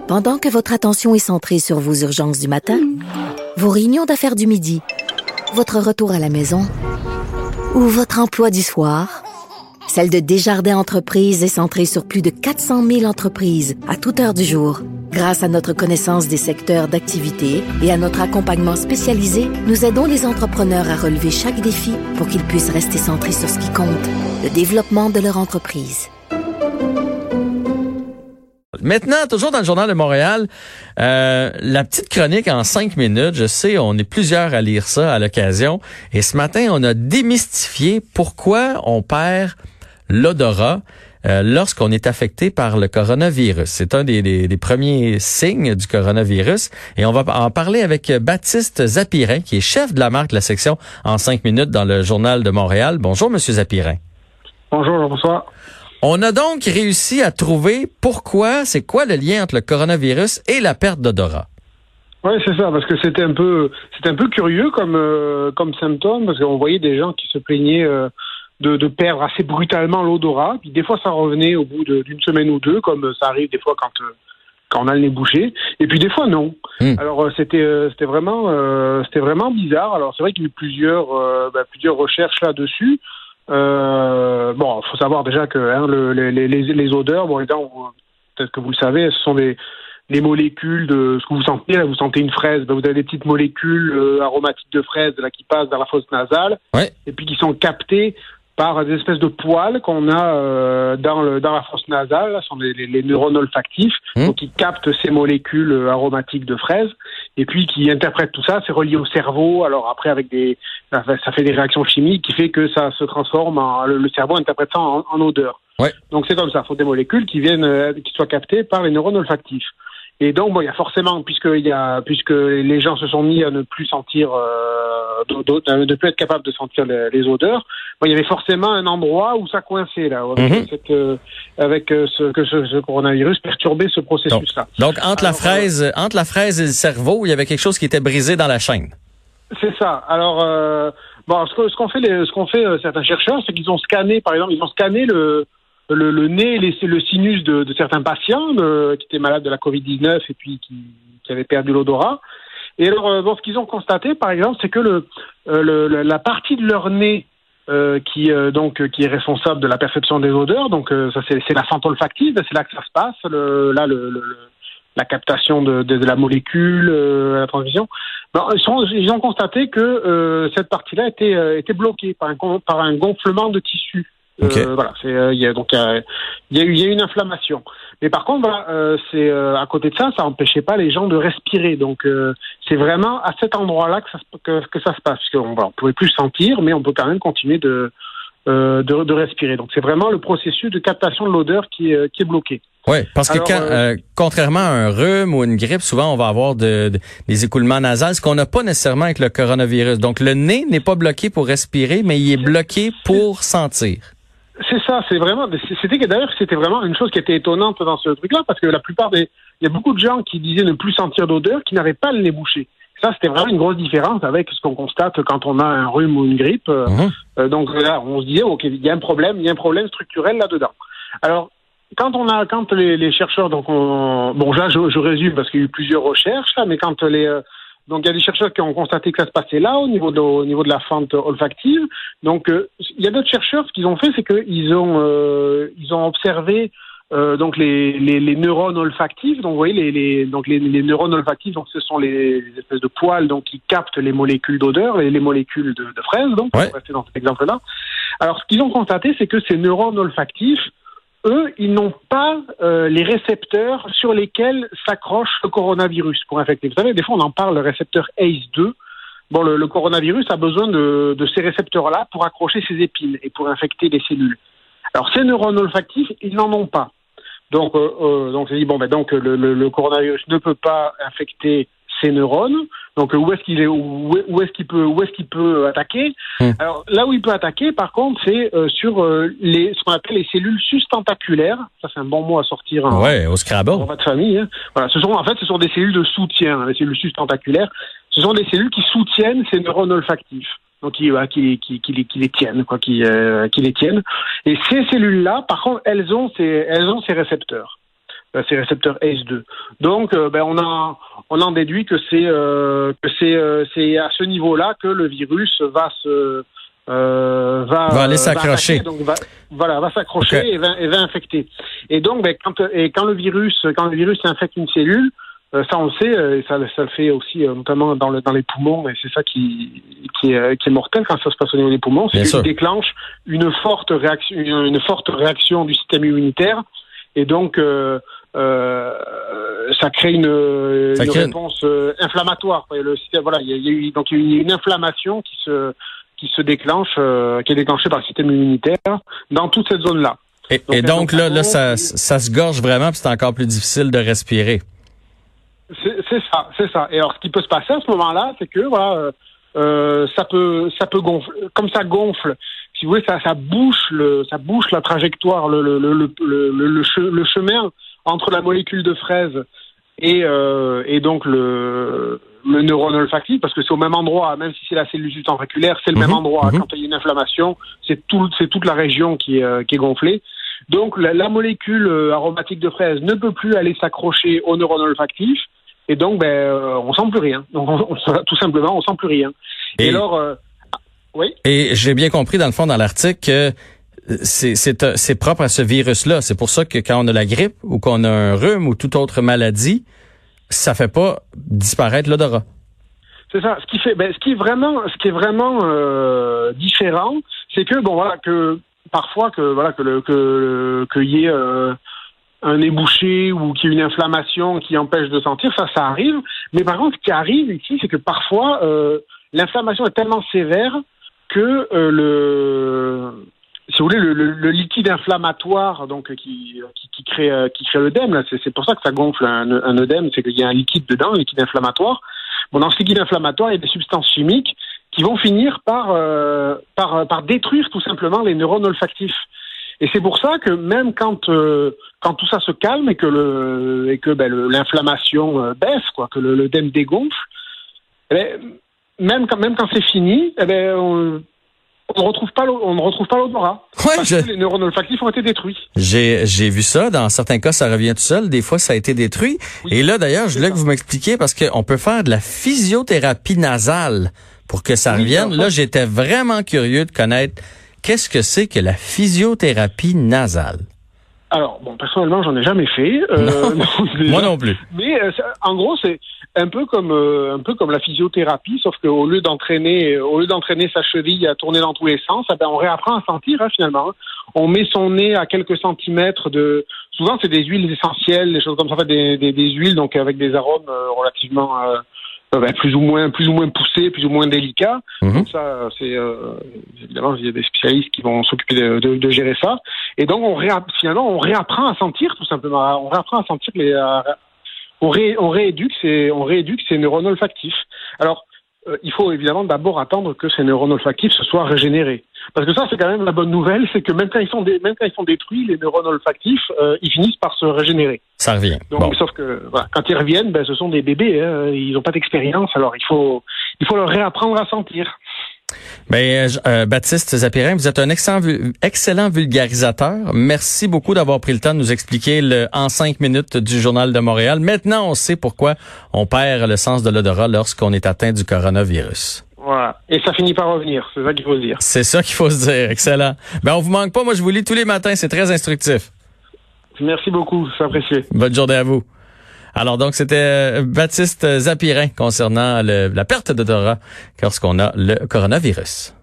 Pendant que votre attention est centrée sur vos urgences du matin, vos réunions d'affaires du midi, votre retour à la maison ou votre emploi du soir, celle de Desjardins Entreprises est centrée sur plus de 400 000 entreprises à toute heure du jour. Grâce à notre connaissance des secteurs d'activité et à notre accompagnement spécialisé, nous aidons les entrepreneurs à relever chaque défi pour qu'ils puissent rester centrés sur ce qui compte, le développement de leur entreprise. Maintenant, toujours dans le Journal de Montréal, la petite chronique en 5 minutes. Je sais, on est plusieurs à lire ça à l'occasion. Et ce matin, on a démystifié pourquoi on perd l'odorat lorsqu'on est affecté par le coronavirus. C'est un des premiers signes du coronavirus. Et on va en parler avec Baptiste Zapirin, qui est chef de la marque de la section en 5 minutes dans le Journal de Montréal. Bonjour, Monsieur Zapirin. Bonjour, bonsoir. On a donc réussi à trouver c'est quoi le lien entre le coronavirus et la perte d'odorat. Oui, c'est ça, parce que c'était un peu curieux comme symptôme, parce qu'on voyait des gens qui se plaignaient de perdre assez brutalement l'odorat, puis des fois ça revenait au bout d'une semaine ou deux, comme ça arrive des fois quand on a le nez bouché, et puis des fois non. Alors c'était vraiment bizarre. Alors c'est vrai qu'il y a eu plusieurs recherches là-dessus. Bon, faut savoir déjà que les odeurs, bon, évidemment, peut-être que vous le savez, ce sont les molécules de ce que vous sentez. Là, vous sentez une fraise, vous avez des petites molécules aromatiques de fraise là qui passent dans la fosse nasale, ouais, et puis qui sont captées par des espèces de poils qu'on a dans la fosse nasale. Là, ce sont les neurones olfactifs, donc qui captent ces molécules aromatiques de fraise, et puis qui interprètent tout ça. C'est relié au cerveau. Alors après, ça fait des réactions chimiques qui fait que ça se transforme le cerveau interprète ça en odeur. Ouais. Donc c'est comme ça. Il faut des molécules qui soient captées par les neurones olfactifs. Et donc, bon, il y a forcément, puisque les gens se sont mis à ne plus sentir, ne plus être capables de sentir les odeurs, bon, il y avait forcément un endroit où ça coinçait, là, avec ce coronavirus perturbait ce processus-là. Donc, entre la fraise et le cerveau, il y avait quelque chose qui était brisé dans la chaîne. C'est ça. Alors, ce qu'ont fait certains chercheurs, c'est qu'ils ont scanné, par exemple, le nez et le sinus de certains patients qui étaient malades de la Covid-19 et puis qui avaient perdu l'odorat. Et alors, ce qu'ils ont constaté, par exemple, c'est que la partie de leur nez qui est responsable de la perception des odeurs, donc ça c'est la fente olfactive, c'est là que ça se passe, la captation de la molécule, la transmission. Ils ont constaté que cette partie-là était bloquée par un gonflement de tissu. Okay. Voilà, il y a eu une inflammation. Mais par contre, à côté de ça, ça empêchait pas les gens de respirer. Donc c'est vraiment à cet endroit-là que ça se passe. Parce qu'on pouvait plus sentir, mais on peut quand même continuer de respirer. Donc c'est vraiment le processus de captation de l'odeur qui est bloqué. Oui, parce que contrairement à un rhume ou une grippe, souvent on va avoir des écoulements nasales, ce qu'on n'a pas nécessairement avec le coronavirus. Donc le nez n'est pas bloqué pour respirer, mais il est bloqué pour sentir. C'est ça, c'était vraiment une chose qui était étonnante dans ce truc-là, parce que il y a beaucoup de gens qui disaient ne plus sentir d'odeur, qui n'avaient pas le nez bouché. Ça, c'était vraiment une grosse différence avec ce qu'on constate quand on a un rhume ou une grippe. Donc là, on se disait, ok, il y a un problème structurel là-dedans. Alors, quand les chercheurs, je résume parce qu'il y a eu plusieurs recherches, mais donc il y a des chercheurs qui ont constaté que ça se passait là au niveau de la fente olfactive. Donc il y a d'autres chercheurs, ce qu'ils ont fait, c'est qu'ils ont observé donc les neurones olfactifs. Donc vous voyez les neurones olfactifs, donc ce sont les espèces de poils donc qui captent les molécules d'odeur, les molécules de fraise. Donc on va rester dans cet exemple-là. Alors ce qu'ils ont constaté, c'est que ces neurones olfactifs, eux, ils n'ont pas les récepteurs sur lesquels s'accroche le coronavirus pour infecter. Vous savez, des fois, on en parle, le récepteur ACE2. Bon, le coronavirus a besoin de ces récepteurs-là pour accrocher ses épines et pour infecter les cellules. Alors, ces neurones olfactifs, ils n'en ont pas. Donc, c'est dit, le coronavirus ne peut pas infecter ces neurones. Donc, où est-ce qu'il peut attaquer? Alors, là où il peut attaquer, par contre, c'est sur ce qu'on appelle les cellules sustentaculaires. Ça, c'est un bon mot à sortir au Scrabble. En de famille. Hein. Voilà, ce sont des cellules de soutien, les cellules sustentaculaires. Ce sont des cellules qui soutiennent ces neurones olfactifs. Donc, qui les tiennent, qui les tiennent. Et ces cellules-là, par contre, elles ont ces récepteurs. ces récepteurs ACE2. Donc, on en déduit que c'est à ce niveau-là que le virus va aller s'accrocher. Va s'accrocher et va infecter. Et donc, quand le virus infecte une cellule, ça on le sait, et ça le fait aussi notamment dans les poumons, et c'est ça qui est mortel quand ça se passe au niveau des poumons, c'est qu'il déclenche une forte réaction du système immunitaire, et donc ça crée une réponse inflammatoire. Il y a eu une inflammation qui se déclenche, qui est déclenchée par le système immunitaire dans toute cette zone-là. Et donc là, ça se gorge vraiment, puis c'est encore plus difficile de respirer. C'est ça. Et alors, ce qui peut se passer à ce moment-là, c'est que ça peut gonfler. Comme ça gonfle, si vous voulez, ça bouche la trajectoire, le chemin entre la molécule de fraise et donc le neurone olfactif, parce que c'est au même endroit, même si c'est la cellule tentaculaire, c'est le même endroit. Quand il y a une inflammation, c'est toute la région qui est gonflée. Donc la molécule aromatique de fraise ne peut plus aller s'accrocher au neurone olfactif, et donc on sent plus rien. Donc tout simplement, on sent plus rien. Et alors, oui. Et j'ai bien compris dans le fond dans l'article que c'est propre à ce virus-là. C'est pour ça que quand on a la grippe ou qu'on a un rhume ou toute autre maladie, ça fait pas disparaître l'odorat. C'est ça. Ce qui est vraiment différent, c'est que que parfois qu'il y ait un nez bouché ou qu'il y ait une inflammation qui empêche de sentir, ça arrive. Mais par contre, ce qui arrive ici, c'est que parfois l'inflammation est tellement sévère que si vous voulez, le liquide inflammatoire, donc qui crée l'œdème, là, c'est pour ça que ça gonfle un œdème, c'est qu'il y a un liquide dedans, un liquide inflammatoire. Bon, dans ce liquide inflammatoire, il y a des substances chimiques qui vont finir par détruire tout simplement les neurones olfactifs. Et c'est pour ça que même quand tout ça se calme et que l'inflammation baisse, que l'œdème dégonfle, même quand c'est fini, on ne retrouve pas l'odorat. Parce que les neurones olfactifs ont été détruits. J'ai vu ça. Dans certains cas, ça revient tout seul. Des fois, ça a été détruit. Oui. Et là, d'ailleurs, je voulais que vous m'expliquiez, parce qu'on peut faire de la physiothérapie nasale pour que ça revienne. Là, j'étais vraiment curieux de connaître qu'est-ce que c'est que la physiothérapie nasale. Alors, personnellement, j'en ai jamais fait. Moi non plus. Mais en gros, c'est un peu comme la physiothérapie, sauf qu'au lieu d'entraîner sa cheville à tourner dans tous les sens, on réapprend à sentir finalement. On met son nez à quelques centimètres de. Souvent, c'est des huiles essentielles, des choses comme ça, des huiles donc avec des arômes relativement plus ou moins poussés, plus ou moins délicats. Donc ça, c'est évidemment il y a des spécialistes qui vont s'occuper de gérer ça. Et donc on réapprend à sentir tout simplement. On réapprend à sentir on rééduque ces neurones olfactifs. Alors il faut évidemment d'abord attendre que ces neurones olfactifs se soient régénérés. Parce que ça, c'est quand même la bonne nouvelle, c'est que même quand ils sont détruits, les neurones olfactifs, ils finissent par se régénérer. Ça revient. Donc, sauf que quand ils reviennent, ce sont des bébés, ils n'ont pas d'expérience, alors il faut leur réapprendre à sentir. Baptiste Zapirin, vous êtes un excellent vulgarisateur. Merci beaucoup d'avoir pris le temps de nous expliquer en 5 minutes du Journal de Montréal. Maintenant, on sait pourquoi on perd le sens de l'odorat lorsqu'on est atteint du coronavirus. Voilà. Et ça finit par revenir. C'est ça qu'il faut se dire. C'est ça qu'il faut se dire. Excellent. On vous manque pas. Moi, je vous lis tous les matins. C'est très instructif. Merci beaucoup. C'est apprécié. Bonne journée à vous. Alors donc, c'était Baptiste Zapirin concernant la perte d'odorat lorsqu'on a le coronavirus.